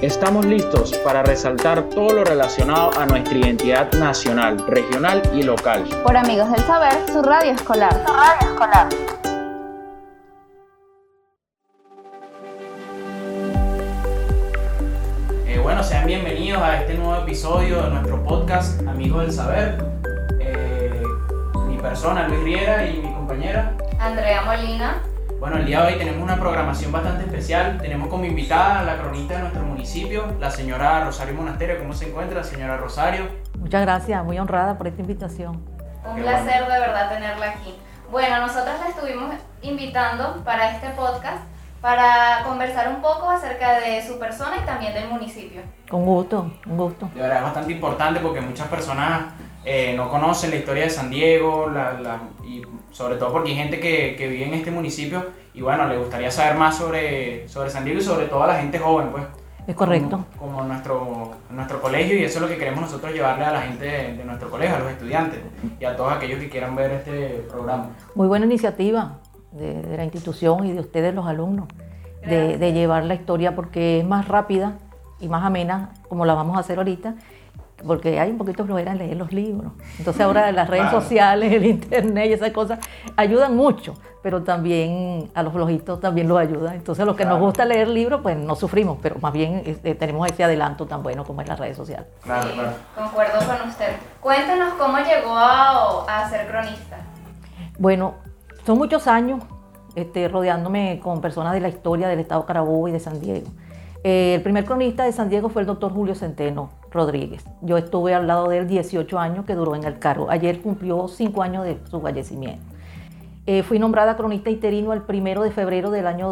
Estamos listos para resaltar todo lo relacionado a nuestra identidad nacional, regional y local. Por Amigos del Saber, su radio escolar. Bueno, sean bienvenidos a este nuevo episodio de nuestro podcast Amigos del Saber. Mi persona, Luis Riera, y mi compañera Andrea Molina. Bueno, el día de hoy tenemos una programación bastante especial. Tenemos como invitada a la cronista de nuestro municipio, la señora Rosario Monasterio. ¿Cómo se encuentra, señora Rosario? Muchas gracias, muy honrada por esta invitación. Un placer de verdad tenerla aquí. Bueno, nosotros la estuvimos invitando para este podcast para conversar un poco acerca de su persona y también del municipio. Con gusto, un gusto. De verdad es bastante importante porque muchas personas no conocen la historia de San Diego y sobre todo porque hay gente que vive en este municipio y bueno, le gustaría saber más sobre San Diego y sobre todo a la gente joven, pues. Es correcto. Como nuestro colegio, y eso es lo que queremos nosotros llevarle a la gente de nuestro colegio, a los estudiantes y a todos aquellos que quieran ver este programa. Muy buena iniciativa de la institución y de ustedes los alumnos de llevar la historia porque es más rápida y más amena como la vamos a hacer ahorita, porque hay un poquito de flojera en leer los libros. Entonces ahora las redes sociales, el internet y esas cosas ayudan mucho, pero también a los flojitos también los ayuda. Entonces a los que nos gusta leer libros, pues no sufrimos, pero más bien tenemos ese adelanto tan bueno como es las redes sociales. Claro. Concuerdo con usted. Cuéntenos cómo llegó a ser cronista. Bueno, son muchos años rodeándome con personas de la historia del estado Carabobo y de San Diego. El primer cronista de San Diego fue el doctor Julio Centeno Rodríguez. Yo estuve al lado de él 18 años que duró en el cargo. Ayer cumplió 5 años de su fallecimiento. Fui nombrada cronista interino el 1 de febrero del año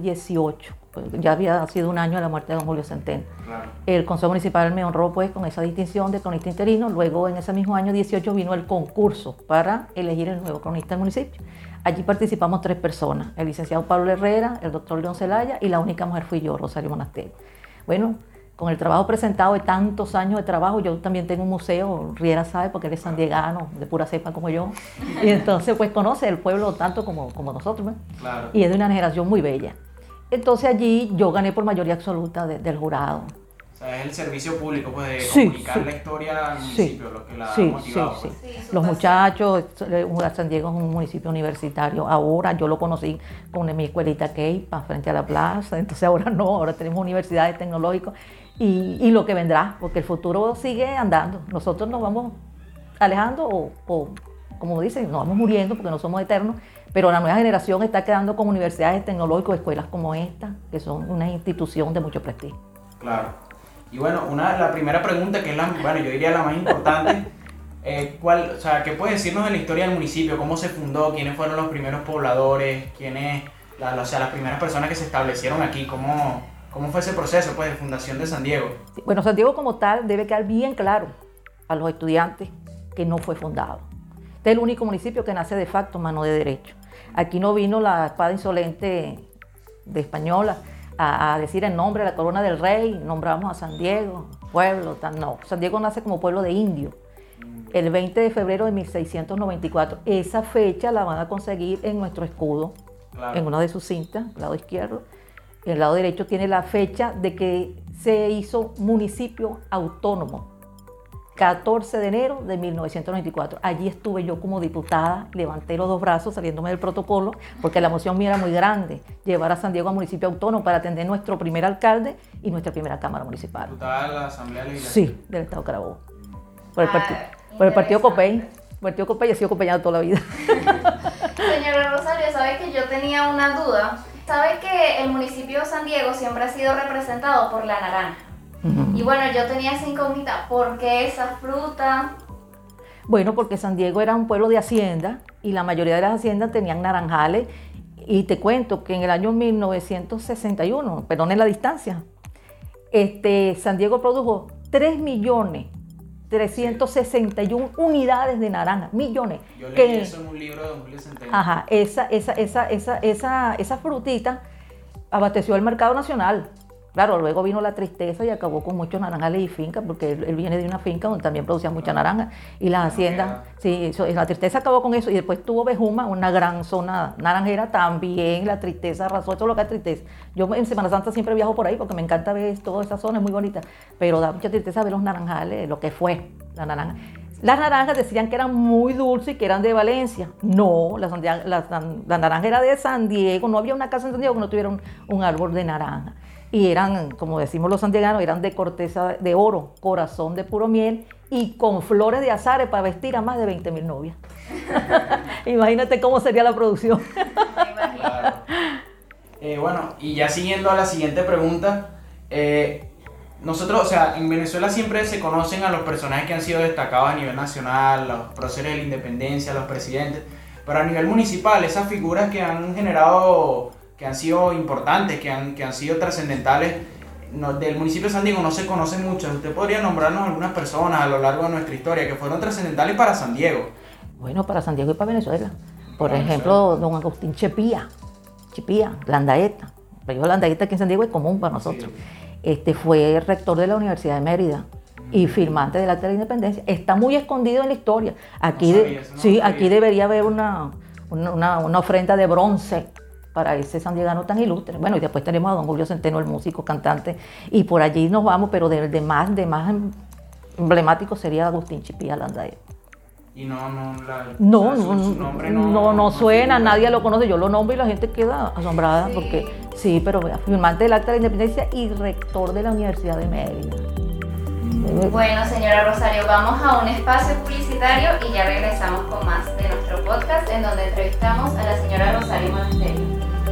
2018. Pues ya había sido un año de la muerte de don Julio Centeno. Claro. El Consejo Municipal me honró pues con esa distinción de cronista interino. Luego en ese mismo año 18 vino el concurso para elegir el nuevo cronista del municipio. Allí participamos 3 personas, el licenciado Pablo Herrera, el doctor León Zelaya y la única mujer fui yo, Rosario Monasterio. Bueno, con el trabajo presentado de tantos años de trabajo, yo también tengo un museo, Riera sabe, porque él es sandiegano, de pura cepa como yo, y entonces pues conoce el pueblo tanto como nosotros, ¿no? Claro. Y es de una generación muy bella. Entonces allí yo gané por mayoría absoluta del jurado. O sea, es el servicio público, pues, de Sí, comunicar sí. la historia al municipio, lo que la ha Sí. motivado. Pues. Los muchachos, San Diego es un municipio universitario. Ahora yo lo conocí con mi escuelita Keipa frente a la plaza. Entonces ahora no, ahora tenemos universidades tecnológicas y lo que vendrá, porque el futuro sigue andando. Nosotros nos vamos alejando o como dicen, nos vamos muriendo porque no somos eternos, pero la nueva generación está quedando con universidades tecnológicas, escuelas como esta, que son una institución de mucho prestigio. Claro. Y bueno, la primera pregunta, que es yo diría la más importante, ¿qué puede decirnos de la historia del municipio? ¿Cómo se fundó? ¿Quiénes fueron los primeros pobladores? Las primeras personas que se establecieron aquí? ¿Cómo fue ese proceso, pues, de fundación de San Diego? Sí, bueno, San Diego como tal debe quedar bien claro a los estudiantes que no fue fundado. Este es el único municipio que nace de facto mano de derecho. Aquí no vino la espada insolente de española a decir el nombre de la corona del rey, nombramos a San Diego, pueblo, no. San Diego nace como pueblo de indios, el 20 de febrero de 1694. Esa fecha la van a conseguir en nuestro escudo, claro, en una de sus cintas, el lado izquierdo. El lado derecho tiene la fecha de que se hizo municipio autónomo, 14 de enero de 1994. Allí estuve yo como diputada, levanté los 2 brazos saliéndome del protocolo, porque la moción mía era muy grande, llevar a San Diego a municipio autónomo para atender nuestro primer alcalde y nuestra primera cámara municipal. ¿Diputada de la Asamblea Legislativa? Sí, del Estado Carabobo. Por el partido COPEI. El partido COPEI, he sido acompañada toda la vida. Señora Rosario, ¿sabe que yo tenía una duda? ¿Sabe que el municipio de San Diego siempre ha sido representado por la naranja? Y bueno, yo tenía esa incógnita, ¿por qué esa fruta? Bueno, porque San Diego era un pueblo de hacienda y la mayoría de las haciendas tenían naranjales. Y te cuento que en el año 1961, perdón la distancia, San Diego produjo 3.361.000 unidades de naranja, millones. Yo leí eso en un libro de don Julio Centeno. Ajá, esa frutita abasteció el mercado nacional. Claro, luego vino la tristeza y acabó con muchos naranjales y fincas, porque él viene de una finca donde también producían mucha naranja. Y las haciendas, sí, la tristeza acabó con eso. Y después tuvo Bejuma, una gran zona naranjera, también la tristeza arrasó, eso es lo que es tristeza. Yo en Semana Santa siempre viajo por ahí porque me encanta ver toda esa zona, es muy bonita. Pero da mucha tristeza ver los naranjales, lo que fue la naranja. Las naranjas decían que eran muy dulces y que eran de Valencia. No, la naranja era de San Diego. No había una casa en San Diego que no tuviera un árbol de naranja. Y eran, como decimos los santieganos, eran de corteza de oro, corazón de puro miel y con flores de azares para vestir a más de 20,000 novias. Imagínate cómo sería la producción. Claro. Bueno, y ya siguiendo a la siguiente pregunta, nosotros, o sea, en Venezuela siempre se conocen a los personajes que han sido destacados a nivel nacional, los próceres de la independencia, los presidentes, pero a nivel municipal, esas figuras que han generado, que han sido importantes, que han sido trascendentales, del municipio de San Diego no se conocen mucho. ¿Usted podría nombrarnos algunas personas a lo largo de nuestra historia que fueron trascendentales para San Diego? Bueno, para San Diego y para Venezuela. Por ejemplo, don Agustín Chipía, Landaeta. Pero Landaeta aquí en San Diego es común para nosotros. Sí. Fue rector de la Universidad de Mérida y firmante del Acta de la Independencia. Está muy escondido en la historia. Aquí, aquí debería haber una ofrenda de bronce para ese sandiegano tan ilustre. Bueno, y después tenemos a don Julio Centeno, el músico, cantante, y por allí nos vamos, pero de más emblemático sería Agustín Chipía Landaeta. Y su nombre no suena, nadie lo conoce, yo lo nombro y la gente queda asombrada, sí. Porque sí, pero firmante del Acta de la Independencia y rector de la Universidad de Mérida. Bueno, señora Rosario, vamos a un espacio publicitario y ya regresamos con más de nuestro podcast en donde entrevistamos a la señora Rosario Monasterio.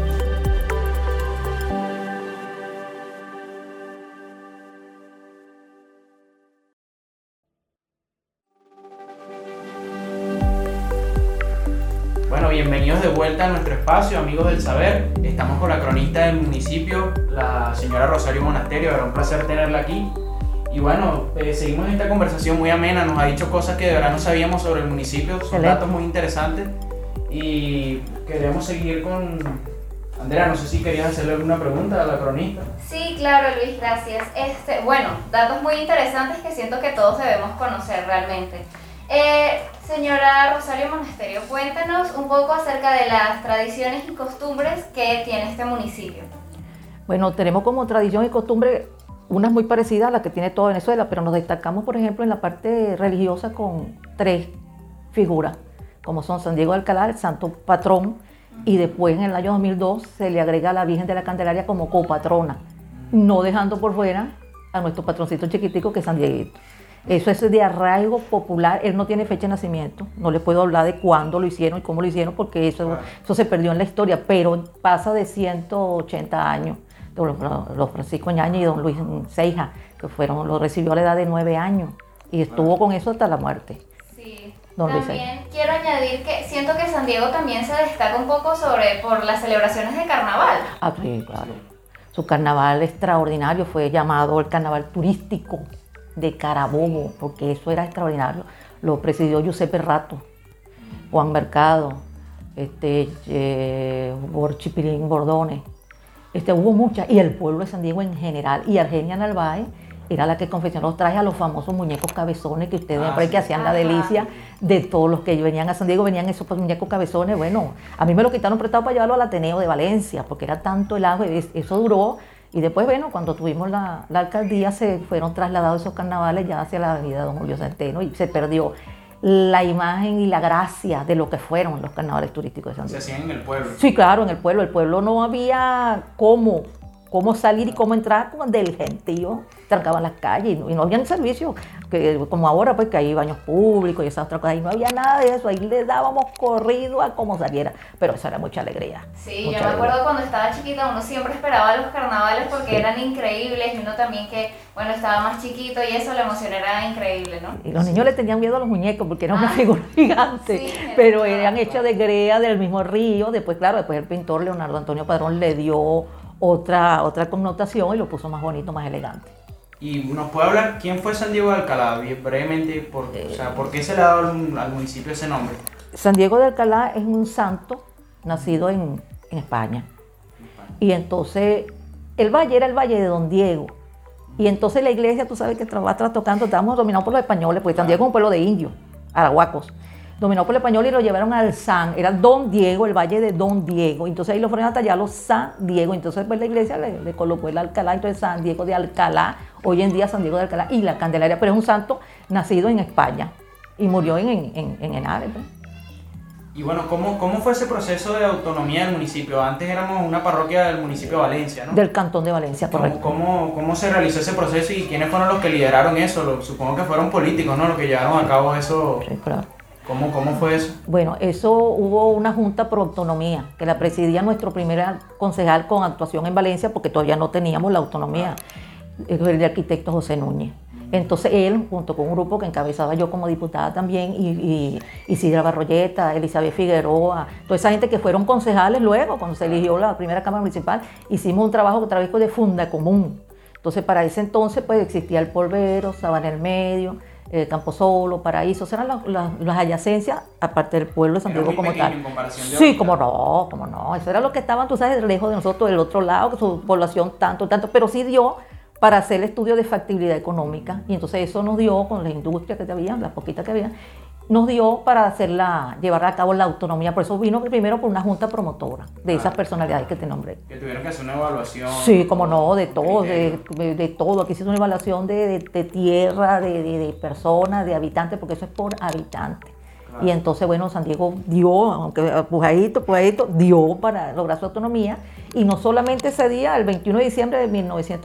Bueno, bienvenidos de vuelta a nuestro espacio, amigos del saber. Estamos con la cronista del municipio, la señora Rosario Monasterio. Era un placer tenerla aquí. Y bueno, seguimos esta conversación muy amena. Nos ha dicho cosas que de verdad no sabíamos sobre el municipio. Son datos muy interesantes. Y queremos seguir con... Andrea, no sé si querías hacerle alguna pregunta a la cronista. Sí, claro, Luis, gracias. Bueno, datos muy interesantes que siento que todos debemos conocer realmente. Señora Rosario Monasterio, cuéntanos un poco acerca de las tradiciones y costumbres que tiene este municipio. Bueno, tenemos como tradición y costumbre unas muy parecidas a las que tiene toda Venezuela, pero nos destacamos, por ejemplo, en la parte religiosa con 3 figuras, como son San Diego de Alcalá, el santo patrón, y después en el año 2002 se le agrega a la Virgen de la Candelaria como copatrona, no dejando por fuera a nuestro patroncito chiquitico que es San Dieguito. Eso es de arraigo popular, él no tiene fecha de nacimiento, no le puedo hablar de cuándo lo hicieron y cómo lo hicieron porque eso se perdió en la historia, pero pasa de 180 años. Los Francisco Ñañez y don Luis Seija, que lo recibió a la edad de 9 años y estuvo con eso hasta la muerte. Sí, también quiero añadir que siento que San Diego también se destaca un poco por las celebraciones de carnaval. Ah, sí, claro. Su carnaval extraordinario fue llamado el carnaval turístico de Carabobo, porque eso era extraordinario. Lo presidió Giuseppe Rato, Juan Mercado, Chipilín Bordones. Hubo muchas, y el pueblo de San Diego en general, y Argenia Narváez era la que confeccionó los trajes a los famosos muñecos cabezones que ustedes ven por ahí, que hacían la delicia de todos los que venían a San Diego, venían esos muñecos cabezones. Bueno, a mí me lo quitaron prestado para llevarlo al Ateneo de Valencia, porque era tanto el auge, eso duró, y después, bueno, cuando tuvimos la alcaldía se fueron trasladados esos carnavales ya hacia la avenida Don Julio Centeno, y se perdió la imagen y la gracia de lo que fueron los carnavales turísticos de San Diego. Se hacían en el pueblo. Sí, claro, en el pueblo. El pueblo no había cómo salir y cómo entrar del gentío. Trancaban las calles y no había servicio, como ahora, pues que hay baños públicos y esas otras cosas. Y no había nada de eso. Ahí le dábamos corrido a como saliera. Pero eso era mucha alegría. Sí, yo me acuerdo cuando estaba chiquita, uno siempre esperaba los carnavales porque eran increíbles. Y uno también que, bueno, estaba más chiquito y eso, la emoción era increíble, ¿no? Y los niños le tenían miedo a los muñecos porque era una figura gigante. Sí, pero eran hechas de grea del mismo río. Después el pintor Leonardo Antonio Padrón le dio otra connotación y lo puso más bonito, más elegante. ¿Y nos puede hablar quién fue San Diego de Alcalá? Brevemente, ¿por qué se le ha dado al municipio ese nombre? San Diego de Alcalá es un santo nacido en España. Y entonces el valle era el valle de Don Diego. Y entonces la iglesia, tú sabes que va trastocando, estábamos dominados por los españoles, porque San Diego es un pueblo de indios, arahuacos. Dominado por el español y lo llevaron al San, era Don Diego, el valle de Don Diego. Entonces ahí lo fueron a tallar los San Diego. Entonces pues la iglesia le colocó el Alcalá, entonces San Diego de Alcalá, hoy en día San Diego de Alcalá y la Candelaria, pero es un santo nacido en España y murió en Henares. Pues. Y bueno, ¿cómo fue ese proceso de autonomía del municipio? Antes éramos una parroquia del municipio de Valencia, ¿no? Del cantón de Valencia, correcto. ¿Cómo se realizó ese proceso y quiénes fueron los que lideraron eso? Supongo que fueron políticos, ¿no? Los que llevaron a cabo eso. Sí, claro. ¿Cómo fue eso? Bueno, eso hubo una junta por autonomía, que la presidía nuestro primer concejal con actuación en Valencia, porque todavía no teníamos la autonomía, el de arquitecto José Núñez. Entonces él, junto con un grupo que encabezaba yo como diputada también, y Isidra Barroyeta, Elizabeth Figueroa, toda esa gente que fueron concejales luego, cuando se eligió la primera Cámara Municipal, hicimos un trabajo a través de Funda Común. Entonces para ese entonces pues existía el Polvero, Sabana del Medio, Camposolo, Paraíso, eran las adyacencias, aparte del pueblo de San Diego como tal. Sí, como no, eso era lo que estaban, tú sabes, lejos de nosotros, del otro lado, que su población tanto, pero sí dio para hacer el estudio de factibilidad económica, y entonces eso nos dio, con la industria que había, las poquitas que había, nos dio para llevar a cabo la autonomía. Por eso vino primero por una junta promotora de esas personalidades que te nombré. Que tuvieron que hacer una evaluación. Sí, como no, de todo, de todo. Aquí se hizo una evaluación de tierra, de personas, de habitantes, porque eso es por habitante. Claro. Y entonces, bueno, San Diego dio, aunque pujadito, dio para lograr su autonomía. Y no solamente ese día, el 21 de diciembre de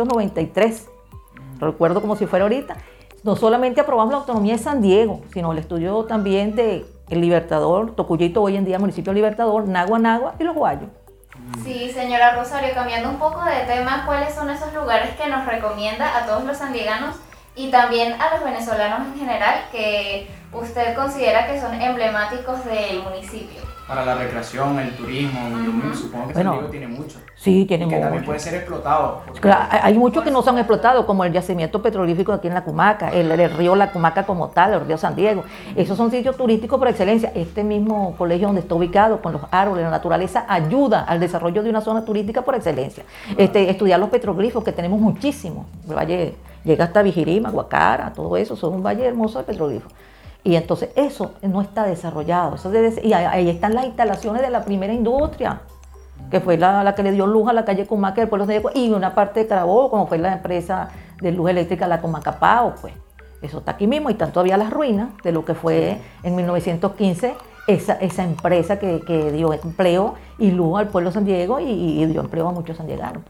1993, recuerdo como si fuera ahorita, no solamente aprobamos la autonomía de San Diego, sino el estudio también de El Libertador, Tocuyito, hoy en día municipio Libertador, Nagua y Los Guayos. Sí, señora Rosario, cambiando un poco de tema, ¿cuáles son esos lugares que nos recomienda a todos los sandieganos y también a los venezolanos en general que usted considera que son emblemáticos del municipio? Para la recreación, el turismo, supongo que San Diego tiene mucho. Sí, tiene mucho. Que también puede ser explotado. Claro, hay muchos que no se han explotado, como el yacimiento petrolífico aquí en La Cumaca, el río La Cumaca como tal, el río San Diego. Esos son sitios turísticos por excelencia. Este mismo colegio donde está ubicado, con los árboles, la naturaleza, ayuda al desarrollo de una zona turística por excelencia. Estudiar los petroglifos, que tenemos muchísimos. El valle llega hasta Vigirima, Guacara, todo eso, son un valle hermoso de petroglifos. Y entonces eso no está desarrollado. Y ahí están las instalaciones de la primera industria, que fue la que le dio luz a la calle Cumaca del pueblo de San Diego, y una parte de Carabobo, como fue la empresa de luz eléctrica, la Comacapao, pues. Eso está aquí mismo, y están todavía las ruinas de lo que fue en 1915 esa empresa que dio empleo y luz al pueblo de San Diego y dio empleo a muchos sandieganos.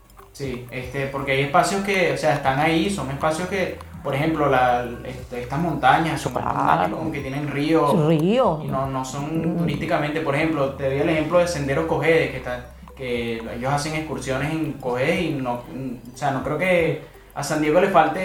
Sí, porque hay espacios que, o sea, están ahí, son espacios que, por ejemplo, estas montañas, son montañas como que tienen ríos. Y no son turísticamente, por ejemplo, te doy el ejemplo de Senderos Cojedes, que ellos hacen excursiones en Cojedes y no creo que a San Diego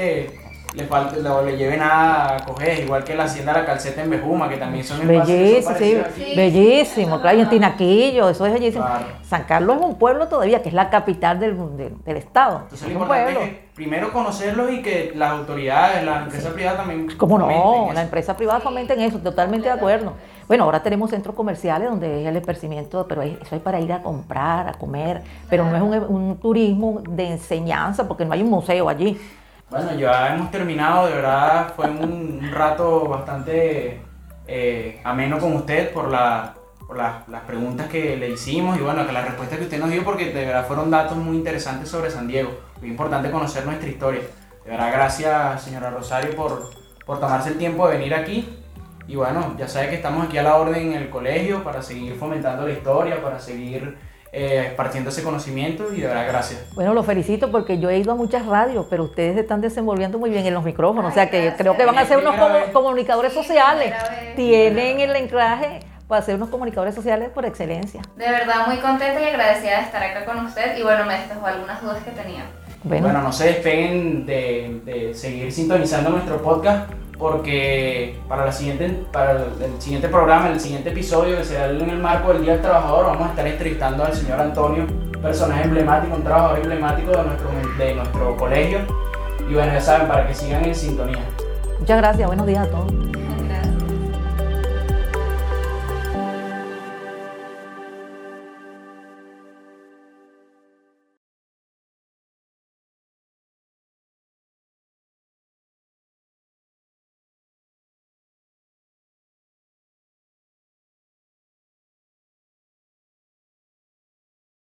le lleve nada a Cojedes, igual que la Hacienda La Calceta en Bejuma, que también son espacios bellísimo, claro, y en Tinaquillo, eso es bellísimo. Claro. San Carlos es un pueblo todavía, que es la capital del estado. Entonces lo importante es que primero conocerlos y que las autoridades, las empresas privadas también ¿cómo no? La empresa privada fomenten eso, totalmente de acuerdo. Bueno, ahora tenemos centros comerciales donde es el esparcimiento, pero eso es para ir a comprar, a comer, pero no es un turismo de enseñanza, porque no hay un museo allí. Bueno, ya hemos terminado, de verdad fue un rato bastante ameno con usted por las preguntas que le hicimos y bueno, que las respuestas que usted nos dio, porque de verdad fueron datos muy interesantes sobre San Diego. Muy importante conocer nuestra historia. De verdad, gracias señora Rosario por tomarse el tiempo de venir aquí. Y bueno, ya sabe que estamos aquí a la orden en el colegio para seguir fomentando la historia, para seguir esparciendo ese conocimiento y de verdad gracias. Bueno, los felicito porque yo he ido a muchas radios, pero ustedes se están desenvolviendo muy bien en los micrófonos, o sea que creo que van a ser unos comunicadores sociales. Tienen el anclaje para ser unos comunicadores sociales por excelencia. De verdad muy contenta y agradecida de estar acá con usted y bueno, me despejó algunas dudas que tenía. Bueno, no se despeguen de seguir sintonizando nuestro podcast, porque para el siguiente programa, el siguiente episodio, que será en el marco del Día del Trabajador, vamos a estar entrevistando al señor Antonio, personaje emblemático, un trabajador emblemático de nuestro colegio. Y bueno, ya saben, para que sigan en sintonía. Muchas gracias, buenos días a todos.